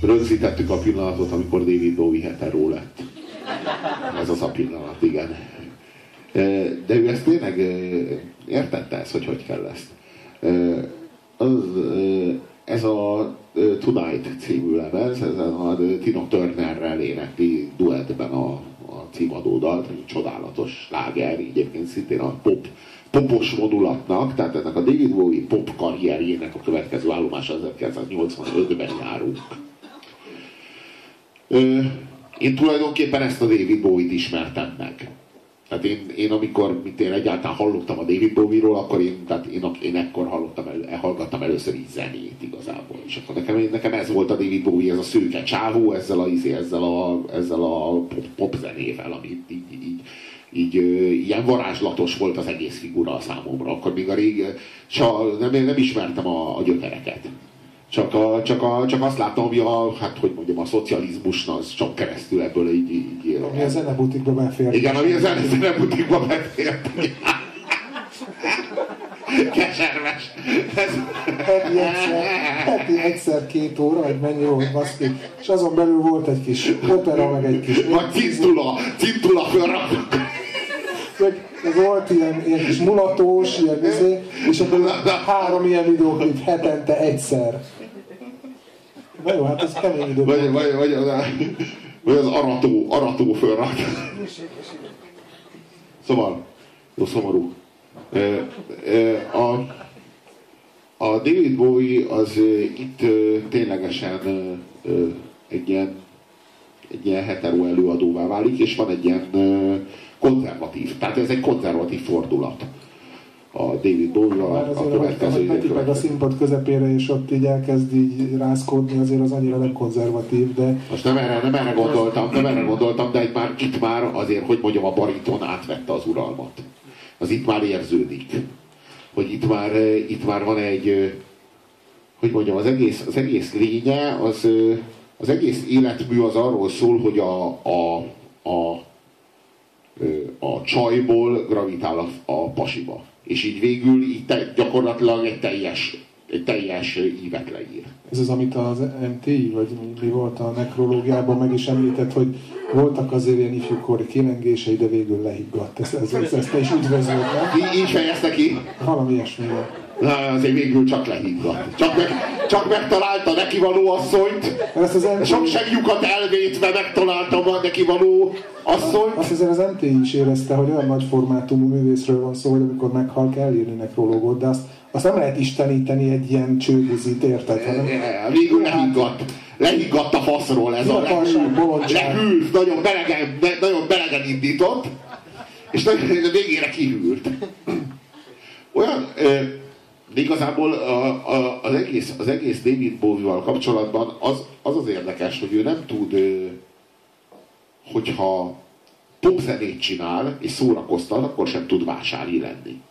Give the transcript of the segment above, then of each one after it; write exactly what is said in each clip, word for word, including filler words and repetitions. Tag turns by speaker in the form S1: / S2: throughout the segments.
S1: Rögzítettük a pillanatot, amikor David Bowie hetero lett. Ez az a pillanat, igen. De ő ezt tényleg értette ezt, hogy hogy kell ezt. Az, ez a Tonight című lemez, ez a Tina Turnerrel énekli duettben a, a címadódalt, egy csodálatos sláger, egyébként szintén a pop, popos vonulatnak, tehát ennek a David Bowie pop karrierjének a következő állomása ezerkilencszáznyolcvanötben járunk. Én tulajdonképpen ezt a David Bowie-t ismertem meg. Tehát én, én amikor mint én egyáltalán hallottam a David Bowie-ról, akkor én, tehát én, én ekkor hallottam el, hallgattam először így zenét igazából. És akkor nekem, nekem ez volt a David Bowie, ez a szőke csávó, ezzel a, ezzel a, ezzel a pop, pop zenével, ami így, így, így, így ilyen varázslatos volt az egész figura számomra. Akkor még a régi, nem, nem ismertem a, a gyökereket. Csak, a, csak, a, csak azt láttam, hogy a, hát hogy mondjam, a szocializmus az csak keresztül ebből így, így ér.
S2: Ami a zenebutikba befért.
S1: Igen, ami a zene, zenebutikba befért. Keserves.
S2: Heti egyszer, heti egyszer két óra, vagy mennyi volt, baszki. És azon belül volt egy kis opera, meg egy kis...
S1: Vagy cintula, cintula fölraknak.
S2: Ez volt ilyen, ilyen kis mulatós, ilyen izé, és akkor három ilyen videóklip hetente egyszer. Na jó, hát ez kemény idő.
S1: Vagy, vagy, vagy, az, vagy az arató, arató fölrak. Szóval, jó szomorú. A, a David Bowie az itt ténylegesen egy ilyen, egy ilyen hetero előadóvá válik, és van egy ilyen konzervatív, tehát ez egy konzervatív fordulat a David Bowie-val a következő
S2: években. Meg a színpad közepére, és ott így elkezd így rázkódni, azért az annyira nem konzervatív, de...
S1: Most nem erre, nem erre gondoltam, nem erre gondoltam, de itt már, itt már azért, hogy mondjam, a bariton átvette az uralmat. Az itt már érződik. Hogy itt már, itt már van egy, hogy mondjam, az egész, az egész lénye, az, az egész életmű az arról szól, hogy a, a, a a csajból gravitál a, a pasiba. És így végül így te, gyakorlatilag egy teljes, egy teljes ívet leír.
S2: Ez az, amit az em té i, vagy mi volt a nekrológiában meg is említett, hogy voltak azért ilyen ifjúkori kilengései, de végül lehiggadt. Ezt, ezt, ezt, ezt te is üdvözlöd, nem?
S1: Így fejezte ki?
S2: Valami ilyesmi.
S1: Na, azért végül csak lehiggadt. Csak, meg, csak megtalálta neki való asszonyt, sok segjukat elvétve megtalálta neki való asszonyt.
S2: Azt azért az em té i is érezte, hogy olyan nagy formátumú művészről van szó, hogy amikor meghal, kell írni nekrológot, de azt, azt nem lehet isteníteni egy ilyen csőbuzit, érted? Hanem,
S1: végül lehiggadt. Lehiggadt a faszról ez a lehűlt, nagyon belegen, nagyon belegen indított, és végére kihűlt. Olyan... De igazából a, a, az, egész, az egész David Bowie-val kapcsolatban az, az az érdekes, hogy ő nem tud, hogyha popzenét csinál és szórakoztat, akkor sem tud vásári lenni.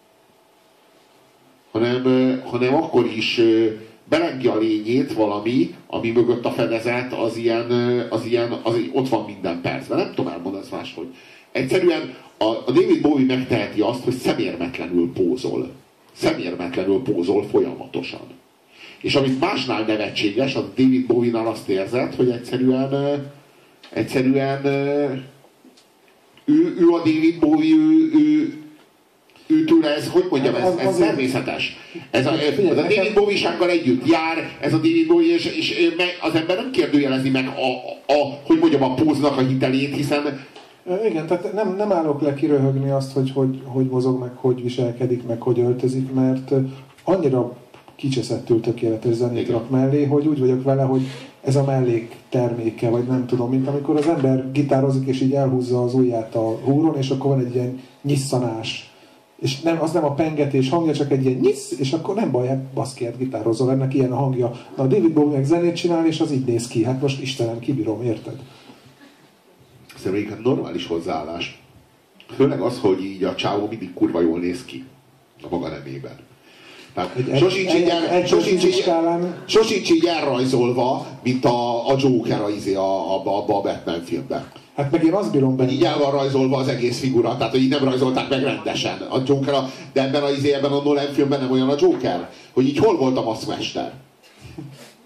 S1: Hanem, hanem akkor is belengi a lényét valami, ami mögött a fedezet, az ilyen, az ilyen az ott van minden percben. Nem tudom elmondani ezt máshogy. Egyszerűen a, a David Bowie megteheti azt, hogy szemérmetlenül pózol. Szemérmetlenül pózol folyamatosan. És amit másnál nevetséges, az David Bowie-nál azt érzed, hogy egyszerűen egyszerűen ő, ő a David Bowie, ő, ő, ő tőle ez, hogy mondjam, ez, ez természetes. Ez a, ez a David Bowie-sággal együtt jár, ez a David Bowie, és, és az ember nem kérdőjelezi meg a, a, hogy mondjam, a póznak a hitelét, hiszen
S2: igen, tehát nem, nem állok le kiröhögni azt, hogy, hogy hogy mozog, meg hogy viselkedik, meg hogy öltözik, mert annyira kicseszettül tökéletes zenét rak mellé, hogy úgy vagyok vele, hogy ez a mellék terméke, vagy nem tudom, mint amikor az ember gitározik, és így elhúzza az ujját a húron, és akkor van egy ilyen nyisszanás. És nem, az nem a pengetés hangja, csak egy ilyen nyisz, és akkor nem baj, hát baszki, hát gitározol, ennek ilyen a hangja. Na, a David Bowie meg zenét csinál, és az így néz ki. Hát most Istenem, kibírom, érted?
S1: Szerintem normális hozzáállás. Főleg az, hogy így a csávó mindig kurva jól néz ki a maga nemében. Tehát sosincs így, el, sosincs, így, sosincs így elrajzolva, mint a, a Joker a, a, a, a Batman filmben.
S2: Hát meg én azt bírom benne.
S1: Így el van rajzolva az egész figura, tehát hogy így nem rajzolták meg rendesen a Joker, a, de ebben a, ebben a Nolan filmben nem olyan a Joker, hogy így hol volt a maszkmester?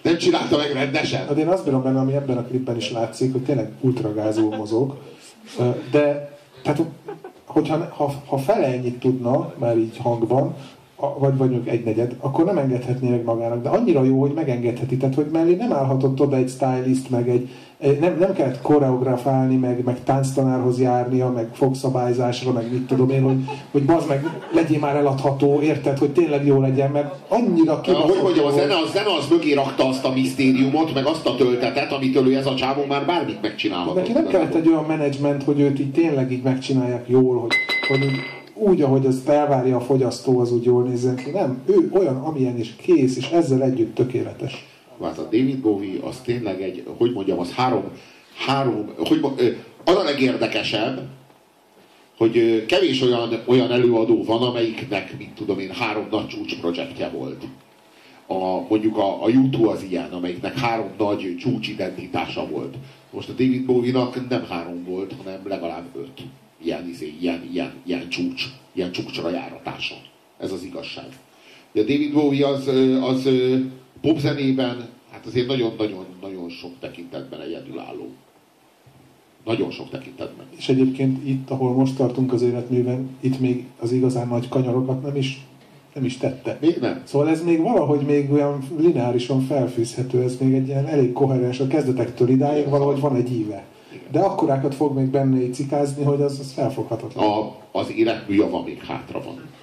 S1: Nem csinálta meg rendesen?
S2: Hát én azt bírom benne, ami ebben a klipben is látszik, hogy tényleg ultragázul mozog. De, tehát, hogyha ha, ha fele ennyit tudna, már így hangban, vagy vagyunk egy negyed, akkor nem engedhetné meg magának. De annyira jó, hogy megengedheti. Tehát, hogy mellé nem állhatott oda egy stylist, meg egy, nem, nem kellett koreografálni, meg, meg tánctanárhoz járnia, meg fogszabályzásra, meg mit tudom én, hogy, hogy bazd meg, legyél már eladható, érted, hogy tényleg jó legyen, mert annyira kibaszott.
S1: Hogy mondjam, a zene, a zene az mögé rakta azt a misztériumot, meg azt a töltetet, amitől ő ez a csávó már bármit megcsinálhatott.
S2: Neki nem kellett egy olyan menedzsment, hogy őt így tényleg így megcsinálják jól, hogy, hogy úgy, ahogy ezt elvárja a fogyasztó, az úgy jól nézzen ki. Nem, ő olyan, amilyen is kész, és ezzel együtt tökéletes.
S1: Hát a David Bowie az tényleg egy, hogy mondjam, az három, három, hogy az a legérdekesebb, hogy kevés olyan, olyan előadó van, amelyiknek, mint tudom én, három nagy csúcsprojektje volt. A, mondjuk a, a U kettő az ilyen, amelyiknek három nagy csúcsidentitása volt. Most a David Bowie-nak nem három volt, hanem legalább öt. Ilyen, izé, ilyen, ilyen, ilyen csúcs, ilyen csúcsra járatása. Ez az igazság. De David Bowie az, az popzenében, hát azért nagyon-nagyon-nagyon sok tekintetben egyedülálló. Nagyon sok tekintetben.
S2: És egyébként itt, ahol most tartunk az életműben, itt még az igazán nagy kanyarokat nem is, nem is tette.
S1: Még nem.
S2: Szóval ez még valahogy még olyan lineárisan felfűzhető, ez még egy ilyen elég koherens, a kezdetektől idáig valahogy van egy íve. De akkorákat fog még benne cikázni, hogy az, az felfoghatatlan.
S1: A, az életmű java még hátra van.